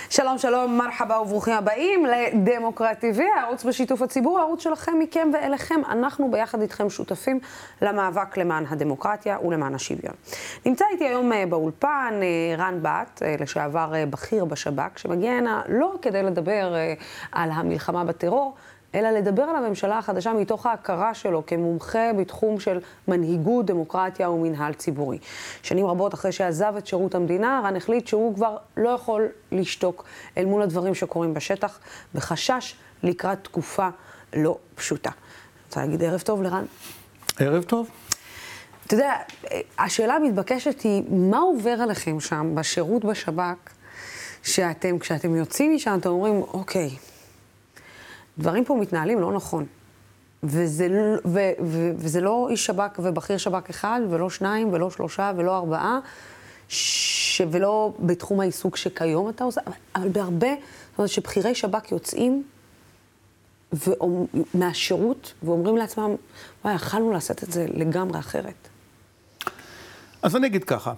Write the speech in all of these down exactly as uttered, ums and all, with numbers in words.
שלום, שלום, מרחבה וברוכים הבאים לדמוקרט טי וי, הערוץ בשיתוף הציבור, הערוץ שלכם, מכם ואליכם. אנחנו ביחד איתכם שותפים למאבק למען הדמוקרטיה ולמען השוויון. נמצא איתי היום באולפן רן בת, לשעבר בכיר בשב"כ, שמגיע הנה לא כדי לדבר על המלחמה בטרור, אלא לדבר על הממשלה החדשה מתוך ההכרה שלו כמומחה בתחום של מנהיגות, דמוקרטיה ומנהל ציבורי. שנים רבות אחרי שעזב את שירות המדינה, רן החליט שהוא כבר לא יכול לשתוק אל מול הדברים שקורים בשטח, בחשש לקראת תקופה לא פשוטה. אני רוצה להגיד ערב טוב לרן. ערב טוב. אתה יודע, השאלה המתבקשת היא, מה עובר עליכם שם בשירות בשב"כ, שאתם, כשאתם יוצאים משם, אתם אומרים, אוקיי, דברים פה מתנהלים לא נכון. וזה, ו, ו, וזה לא איש שב"כ ובכיר שב"כ אחד, ולא שניים, ולא שלושה, ולא ארבעה, ש, ולא בתחום העיסוק שכיום אתה עושה, אבל, אבל בהרבה, זאת אומרת שבכירי שב"כ יוצאים ו, מהשירות ואומרים לעצמם, וואי, יכלנו לעשות את זה לגמרי אחרת. אז אני אגיד ככה,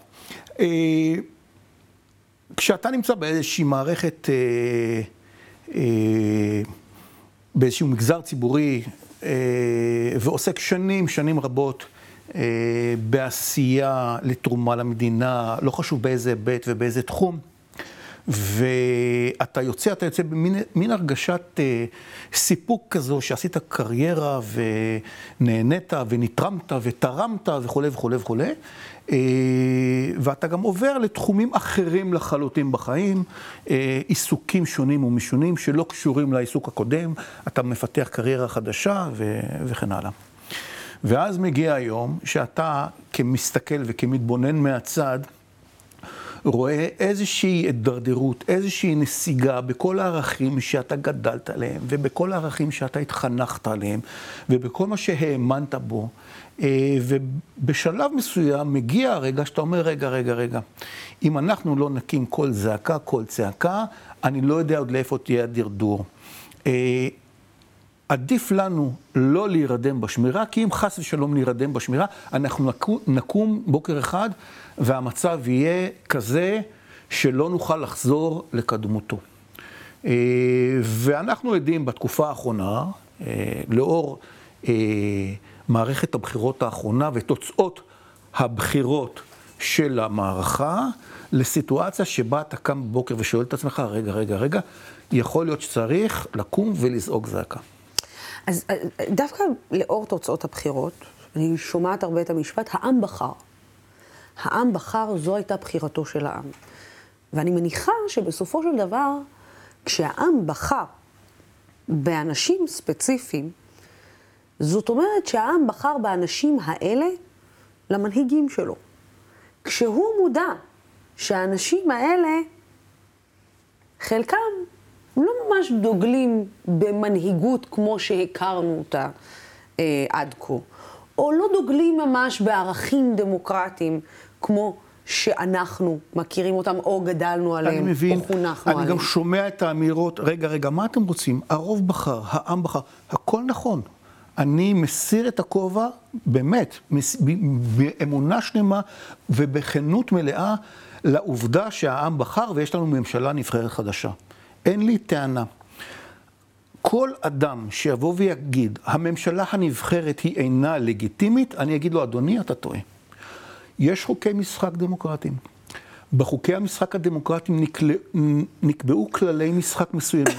כשאתה נמצא באיזושהי מערכת, באיזשהו מגזר ציבורי, ועוסק שנים, שנים רבות בעשייה לתרומה למדינה, לא חשוב באיזה בית ובאיזה תחום, ואתה יוצא, אתה יוצא במין מין הרגשת סיפוק כזו שעשית קריירה ונהנית ונתרמת ותרמת וכו' וכו' וכו'. ואתה גם עובר לתחומים אחרים לחלוטין בחיים, עיסוקים שונים ומשונים שלא קשורים לעיסוק הקודם, אתה מפתח קריירה חדשה ו- וכן הלאה. ואז מגיע היום שאתה כמסתכל וכמתבונן מהצד, רואה איזושהי הדרדרות, איזושהי נסיגה בכל הערכים שאתה גדלת עליהם, ובכל הערכים שאתה התחנכת עליהם, ובכל מה שהאמנת בו. ובשלב מסוים מגיע הרגע שאתה אומר, רגע, רגע, רגע, אם אנחנו לא נקים כל זעקה, כל צעקה, אני לא יודע עוד לאיפה תהיה הדרדור. עדיף לנו לא להירדם בשמירה, כי אם חס ושלום להירדם בשמירה, אנחנו נקום בוקר אחד, והמצב יהיה כזה שלא נוכל לחזור לקדמותו. ואנחנו עדים בתקופה האחרונה, לאור מערכת הבחירות האחרונה ותוצאות הבחירות של המערכה, לסיטואציה שבה אתה קם בבוקר ושואל את עצמך, רגע, רגע, רגע, יכול להיות שצריך לקום ולזעוק זעקה. אז דווקא לאור תוצאות הבחירות, אני שומעת הרבה את המשפט, העם בחר. העם בחר, זו הייתה בחירתו של העם. ואני מניחה שבסופו של דבר, כשהעם בחר באנשים ספציפיים, זאת אומרת שהעם בחר באנשים האלה למנהיגים שלו. כשהוא מודע שהאנשים האלה, חלקם לא ממש דוגלים במנהיגות כמו שהכרנו אותה אה, עד כה, או לא דוגלים ממש בערכים דמוקרטיים כמו שאנחנו מכירים אותם או גדלנו עליהם, אני מבין, או חונכנו אני עליהם. גם שומע את האמירות, רגע, רגע, מה אתם רוצים? הרוב בחר, העם בחר, הכל נכון. אני מסיר את הכובע, באמת, באמונה שלמה ובכנות מלאה, לעובדה שהעם בחר ויש לנו ממשלה נבחרת חדשה. אין לי טענה. כל אדם שיבוא ויגיד, הממשלה הנבחרת היא אינה לגיטימית, אני אגיד לו, אדוני, אתה טועה. יש חוקי משחק דמוקרטיים. בחוקי המשחק הדמוקרטיים נקל... נקבעו כללי משחק מסוימים.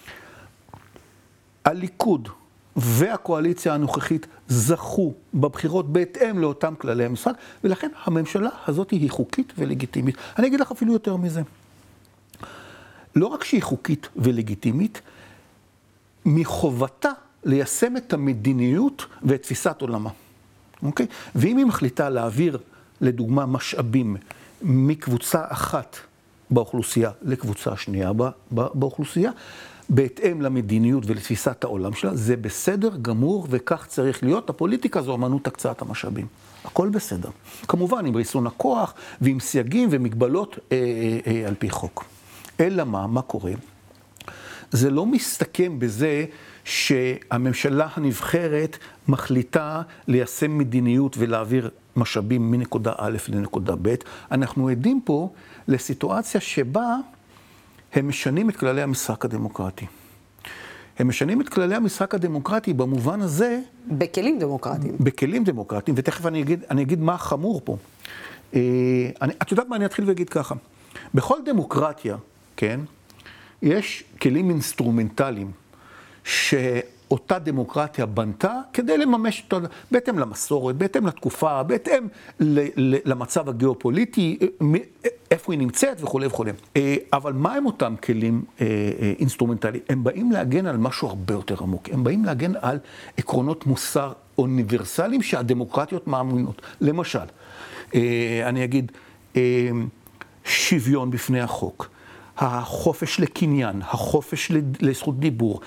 הליכוד והקואליציה הנוכחית זכו בבחירות בהתאם לאותם כללי המשחק, ולכן הממשלה הזאת היא חוקית ולגיטימית. אני אגיד לך אפילו יותר מזה. לא רק שהיא חוקית ולגיטימית, מחובתה ליישם את המדיניות ואת תפיסת עולמה. אוקיי? ואם היא מחליטה להעביר, לדוגמה, משאבים מקבוצה אחת באוכלוסייה לקבוצה שנייה באוכלוסייה, בהתאם למדיניות ולתפיסת העולם שלה, זה בסדר גמור וכך צריך להיות. הפוליטיקה זו אמנות הקצאת המשאבים. הכל בסדר. כמובן עם ריסון הכוח ועם סייגים ומגבלות אה, אה, אה, על פי חוק. אלא מה, מה קורה? זה לא מסתכם בזה שהממשלה הנבחרת מחליטה ליישם מדיניות ולהעביר משאבים מנקודה א' לנקודה ב'. אנחנו עדים פה לסיטואציה שבה הם משנים את כללי המשחק הדמוקרטי. הם משנים את כללי המשחק הדמוקרטי במובן הזה... בכלים דמוקרטיים. בכלים דמוקרטיים, ותכף אני אגיד, אני אגיד מה חמור פה. אה, אני, את יודעת מה, אני אתחיל ואגיד ככה. בכל דמוקרטיה, כן, יש כלים אינסטרומנטליים שאותה דמוקרטיה בנתה כדי לממש אותה, בהתאם למסורת, בהתאם לתקופה, בהתאם ל, ל, למצב הגיאופוליטי, איפה היא נמצאת וכו' וכו'. אבל מה הם אותם כלים אינסטרומנטליים? הם באים להגן על משהו הרבה יותר עמוק. הם באים להגן על עקרונות מוסר אוניברסליים שהדמוקרטיות מאמינות. למשל, אני אגיד, שוויון בפני החוק, החופש לקניין, החופש לזכות דיבור,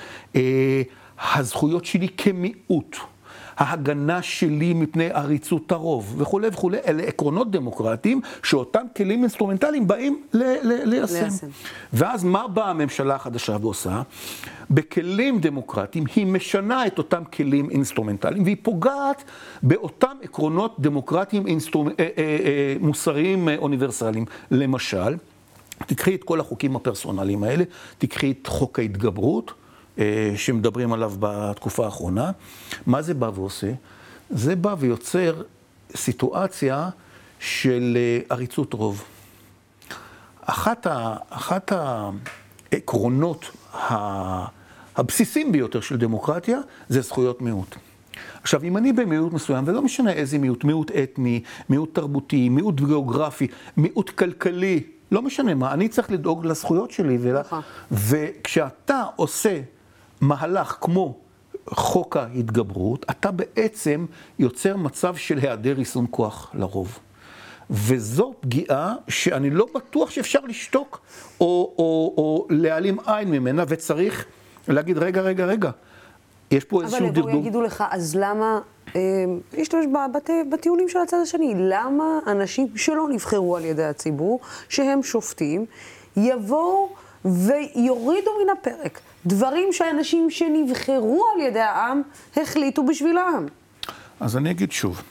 הזכויות שלי כמיעוט, ההגנה שלי מפני עריצות הרוב וכו' וכו', אלה עקרונות דמוקרטיים שאותם כלים אינסטרומנטליים באים ליישם. ואז מה באה הממשלה החדשה ועושה? בכלים דמוקרטיים היא משנה את אותם כלים אינסטרומנטליים והיא פוגעת באותם עקרונות דמוקרטיים מוסריים אוניברסליים. למשל, תקחי את כל החוקים הפרסונליים האלה, תקחי את חוק ההתגברות, שמדברים עליו בתקופה האחרונה. מה זה בא ועושה? זה בא ויוצר סיטואציה של עריצות רוב. אחת, ה, אחת העקרונות הבסיסיים ביותר של דמוקרטיה זה זכויות מיעוט. עכשיו, אם אני במיעוט מסוים, ולא משנה איזה מיעוט, מיעוט אתני, מיעוט תרבותי, מיעוט גיאוגרפי, מיעוט כלכלי, לא משנה מה, אני צריך לדאוג לזכויות שלי. ולה... וכשאתה עושה מהלך כמו חוק ההתגברות, אתה בעצם יוצר מצב של היעדר ריסון כוח לרוב. וזו פגיעה שאני לא בטוח שאפשר לשתוק או, או, או להעלים עין ממנה, וצריך להגיד, רגע, רגע, רגע, יש פה איזשהו דרדור. אבל הם יגידו לך, אז למה, להשתמש בטיעונים של הצד השני, למה אנשים שלא נבחרו על ידי הציבור, שהם שופטים, יבואו ויורידו מן הפרק דברים שאנשים שנבחרו על ידי העם החליטו בשביל העם? אז אני אגיד שוב,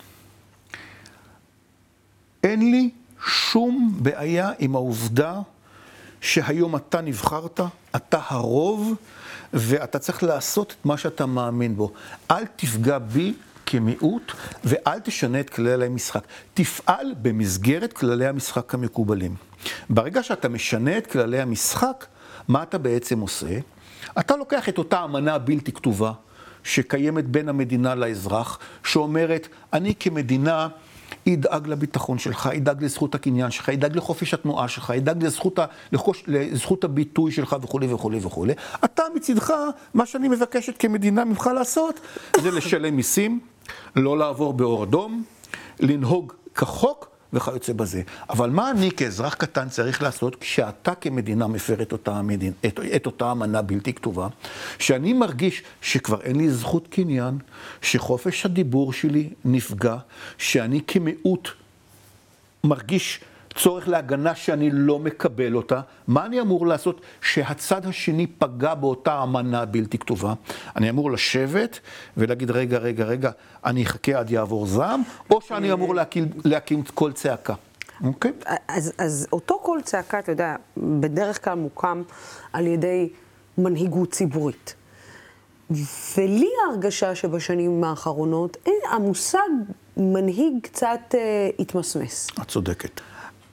אין לי שום בעיה עם העובדה שהיום אתה נבחרת, אתה הרוב, ואתה צריך לעשות את מה שאתה מאמין בו. אל תפגע בי כמיעוט, ואל תשנה את כללי המשחק. תפעל במסגרת כללי המשחק המקובלים. ברגע שאתה משנה את כללי המשחק, מה אתה בעצם עושה? אתה לוקח את אותה אמנה בלתי כתובה, שקיימת בין המדינה לאזרח, שאומרת, אני כמדינה ידאג לביטחון שלך, ידאג לזכות הקניין שלך, ידאג לחופש התנועה שלך, ידאג לזכות, ה, לחוש, לזכות הביטוי שלך וכו' וכו' וכו'. אתה מצדך, מה שאני מבקשת כמדינה ממך לעשות, זה לשלם מיסים, לא לעבור באור אדום, לנהוג כחוק וכיוצא בזה. אבל מה אני כאזרח קטן צריך לעשות כשאתה כמדינה מפר את אותה, המדין, את, את אותה אמנה בלתי כתובה, שאני מרגיש שכבר אין לי זכות קניין, שחופש הדיבור שלי נפגע, שאני כמיעוט מרגיש צורך להגנה שאני לא מקבל אותה, מה אני אמור לעשות שהצד השני פגע באותה אמנה בלתי כתובה? אני אמור לשבת ולהגיד, רגע, רגע, רגע, אני אחכה עד יעבור זעם, או שאני אמור להקים, להקים קול צעקה. אוקיי? אז, אז אותו קול צעקה, אתה יודע, בדרך כלל מוקם על ידי מנהיגות ציבורית. ולי ההרגשה שבשנים האחרונות, המושג מנהיג קצת אה, התמסמס. את צודקת.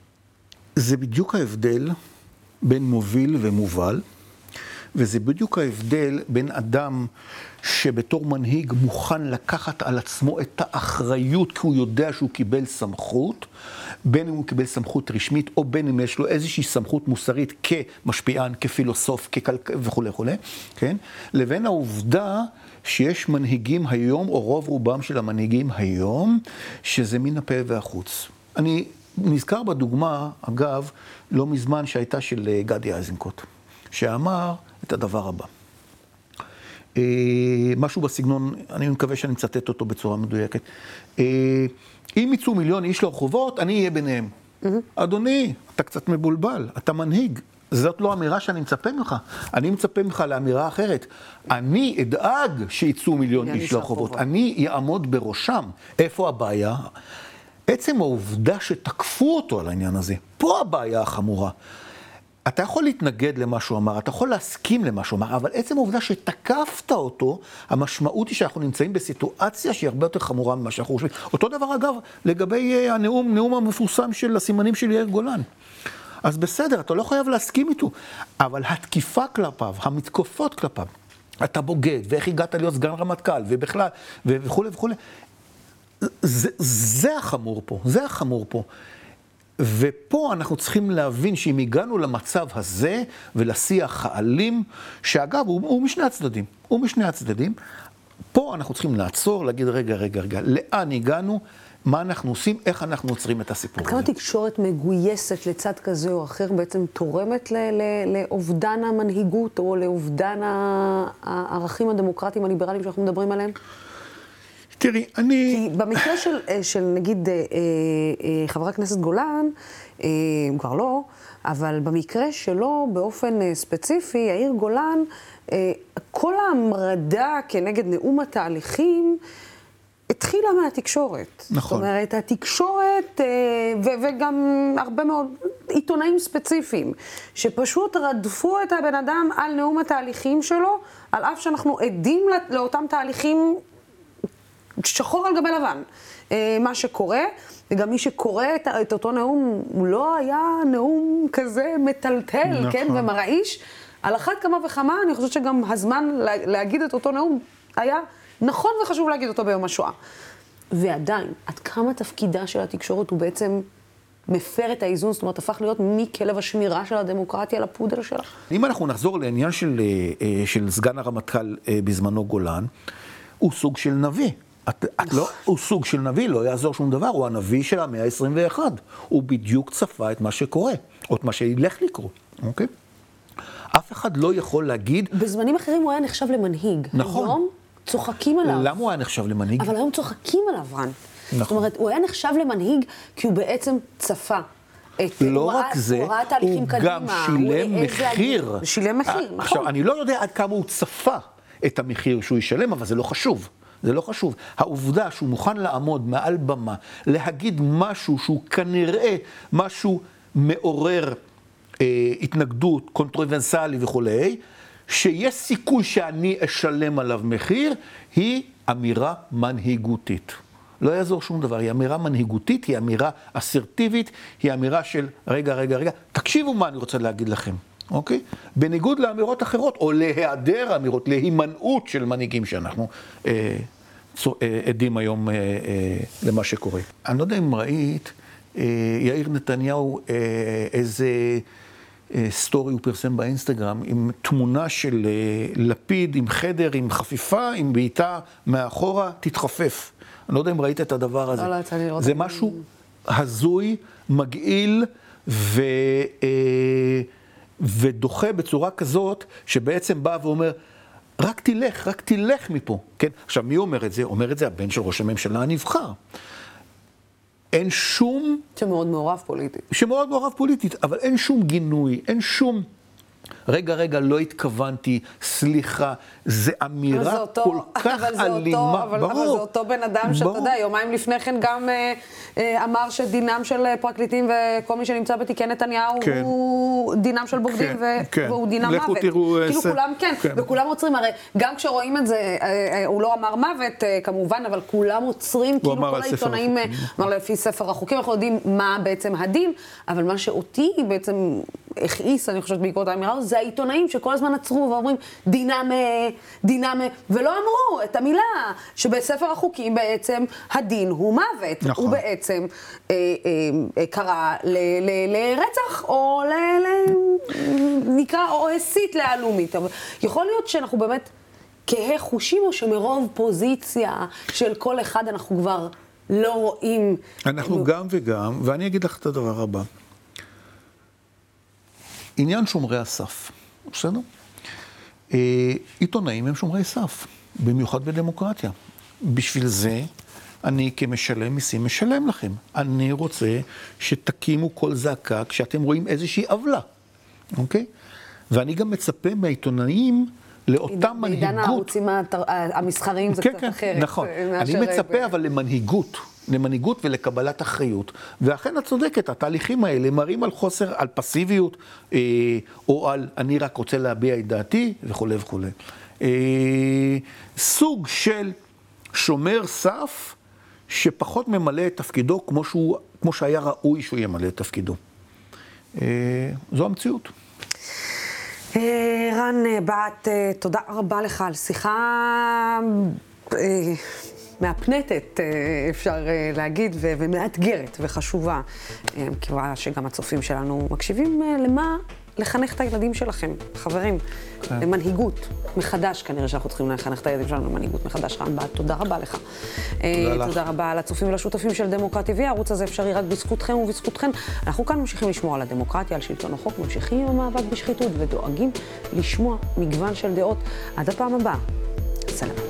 זה בדיוק ההבדל בין מוביל ומובל, וזה בדיוק ההבדל בין אדם שבתור מנהיג מוכן לקחת על עצמו את האחריות כי הוא יודע שהוא קיבל סמכות, בין אם הוא קיבל סמכות רשמית או בין אם יש לו איזושהי סמכות מוסרית כמשפיען, כפילוסוף, ככלכ... וכו' וכו', כן? לבין העובדה שיש מנהיגים היום, או רוב רובם של המנהיגים היום, שזה מן הפה והחוץ. אני נזכר בדוגמה, אגב, לא מזמן שהייתה של גדי איזנקוט, שאמר את הדבר הבא. משהו בסגנון, אני מקווה שאני מצטט אותו בצורה מדויקת. אם יצאו מיליון איש לרחובות, אני אהיה ביניהם. Mm-hmm. אדוני, אתה קצת מבולבל, אתה מנהיג. זאת לא אמירה שאני מצפה ממך. אני מצפה ממך לאמירה אחרת. אני אדאג שיצאו מיליון איש לרחובות. אני אעמוד בראשם. איפה הבעיה? עצם העובדה שתקפו אותו על העניין הזה. פה הבעיה החמורה. אתה יכול להתנגד למה שהוא אמר, אתה יכול להסכים למה שהוא אמר, אבל עצם העובדה שתקפת אותו, המשמעות היא שאנחנו נמצאים בסיטואציה שהיא הרבה יותר חמורה ממה שאנחנו חושבים. אותו דבר אגב, לגבי הנאום, נאום המפורסם של הסימנים של יאיר גולן. אז בסדר, אתה לא חייב להסכים איתו, אבל התקיפה כלפיו, המתקופות כלפיו, אתה בוגד, ואיך הגעת להיות סגן רמטכ"ל, ובכלל, וכו' וכו'. זה, זה החמור פה, זה החמור פה. ופה אנחנו צריכים להבין שאם הגענו למצב הזה ולשיח האלים, שאגב הוא, הוא משני הצדדים, הוא משני הצדדים, פה אנחנו צריכים לעצור, להגיד רגע, רגע, רגע, לאן הגענו, מה אנחנו עושים, איך אנחנו עוצרים את הסיפור הזה. כמה תקשורת מגויסת לצד כזה או אחר בעצם תורמת ל- ל- לאובדן המנהיגות או לאובדן הערכים הדמוקרטיים הליברליים שאנחנו מדברים עליהם? תראי, אני... כי במקרה של, של נגיד, חבר הכנסת גולן, כבר לא, אבל במקרה שלו באופן ספציפי, יאיר גולן, כל ההמרדה כנגד נאום התהליכים התחילה מהתקשורת. נכון. זאת אומרת, התקשורת ו- וגם הרבה מאוד עיתונאים ספציפיים, שפשוט רדפו את הבן אדם על נאום התהליכים שלו, על אף שאנחנו עדים לאותם תהליכים שחור על גבי לבן, מה שקורה, וגם מי שקורא את, את אותו נאום, הוא לא היה נאום כזה מטלטל, נכון. כן, ומרעיש. על אחת כמה וכמה, אני חושבת שגם הזמן לה, להגיד את אותו נאום היה נכון וחשוב להגיד אותו ביום השואה. ועדיין, עד כמה תפקידה של התקשורת הוא בעצם מפר את האיזון, זאת אומרת, הפך להיות מכלב השמירה של הדמוקרטיה לפודל שלה. אם אנחנו נחזור לעניין של, של סגן הרמטכ"ל בזמנו גולן, הוא סוג של נביא. את, את לא, הוא סוג של נביא, לא יעזור שום דבר, הוא הנביא של המאה ה-עשרים ואחת. הוא בדיוק צפה את מה שקורה, או את מה שילך לקרות, אוקיי? אף אחד לא יכול להגיד... בזמנים אחרים הוא היה נחשב למנהיג. נכון. היום צוחקים עליו. למה הוא היה נחשב למנהיג? אבל היום צוחקים עליו, רן. נכון. זאת אומרת, הוא היה נחשב למנהיג כי הוא בעצם צפה. את, לא הוא רק ראה, זה, הוא, ראה הוא גם שילם מחיר. שילם מחיר, נכון. עכשיו, אני לא יודע עד כמה הוא צפה את המחיר שהוא ישלם, אבל זה לא חשוב. זה לא חשוב. העובדה שהוא מוכן לעמוד מעל במה, להגיד משהו שהוא כנראה משהו מעורר אה, התנגדות, קונטרוברסלי וכולי, שיש סיכוי שאני אשלם עליו מחיר, היא אמירה מנהיגותית. לא יעזור שום דבר, היא אמירה מנהיגותית, היא אמירה אסרטיבית, היא אמירה של רגע, רגע, רגע, תקשיבו מה אני רוצה להגיד לכם, אוקיי? בניגוד לאמירות אחרות, או להיעדר אמירות, להימנעות של מנהיגים שאנחנו אה, צו, אה, עדים היום אה, אה, למה שקורה. אני לא יודע אם ראית, אה, יאיר נתניהו, אה, איזה אה, סטורי הוא פרסם באינסטגרם, עם תמונה של אה, לפיד, עם חדר, עם חפיפה, עם בעיטה מאחורה, תתחפף. אני לא יודע אם ראית את הדבר הזה. לא, לא, אני לא זה משהו הזוי, מגעיל ו, אה, ודוחה בצורה כזאת, שבעצם בא ואומר, רק תלך, רק תלך מפה. כן? עכשיו, מי אומר את זה? אומר את זה הבן של ראש הממשלה הנבחר. אין שום... שמאוד מעורב פוליטית. שמאוד מעורב פוליטית, אבל אין שום גינוי, אין שום... רגע, רגע, לא התכוונתי, סליחה, זה אמירה אותו, כל כך אלימה. אותו, אבל, אבל זה אותו בן אדם שאתה יודע, יומיים לפני כן גם אה, אה, אמר שדינם של פרקליטים וכל מי שנמצא בתיקי נתניהו כן. הוא דינם של בוגדים כן, ו... כן. והוא דינם לכו מוות. תראו, כאילו ס... כולם כן, כן, וכולם עוצרים, הרי גם כשרואים את זה, אה, אה, הוא לא אמר מוות אה, כמובן, אבל כולם עוצרים, כאילו כל העיתונאים, אמר לפי ספר החוקים, אנחנו יודעים מה בעצם הדין, אבל מה שאותי בעצם הכעיס, אני חושבת בעקבות האמירה, זה העיתונאים שכל הזמן עצרו ואומרים דינם, דינם, ולא אמרו את המילה שבספר החוקים בעצם הדין הוא מוות. נכון. הוא בעצם אה, אה, קרא ל, ל, לרצח או ל, ל, נקרא או הסית לאלומית. אבל יכול להיות שאנחנו באמת כהה חושים או שמרוב פוזיציה של כל אחד אנחנו כבר לא רואים. אנחנו גם וגם, ואני אגיד לך את הדבר הבא. עניין שומרי הסף, בסדר? עיתונאים הם שומרי סף, במיוחד בדמוקרטיה. בשביל זה אני כמשלם מיסים משלם לכם. אני רוצה שתקימו כל זעקה כשאתם רואים איזושהי עוולה, אוקיי? ואני גם מצפה מהעיתונאים לאותה מנהיגות. בעידן הערוצים המסחריים זה קצת אחרת. נכון. אני מצפה אבל למנהיגות. למנהיגות ולקבלת אחריות. ואכן את צודקת, התהליכים האלה מראים על חוסר, על פסיביות, אה, או על אני רק רוצה להביע את דעתי וכו' וכו'. אה, סוג של שומר סף שפחות ממלא את תפקידו כמו, שהוא, כמו שהיה ראוי שהוא ימלא את תפקידו. אה, זו המציאות. רן בת, תודה רבה לך על שיחה מהפנטת, אפשר להגיד, ומאתגרת וחשובה, כיוון שגם הצופים שלנו מקשיבים למה לחנך את הילדים שלכם, חברים, למנהיגות מחדש, כנראה שאנחנו צריכים לחנך את הילדים שלנו למנהיגות מחדש. רן בת, תודה רבה לך. תודה רבה לצופים ולשותפים של דמוקרט טי וי, הערוץ הזה אפשרי רק בזכותכם ובזכותכן. אנחנו כאן ממשיכים לשמור על הדמוקרטיה, על שלטון החוק, ממשיכים עם המאבק בשחיתות ודואגים לשמוע מגוון של דעות. עד הפעם הבאה, סלאם.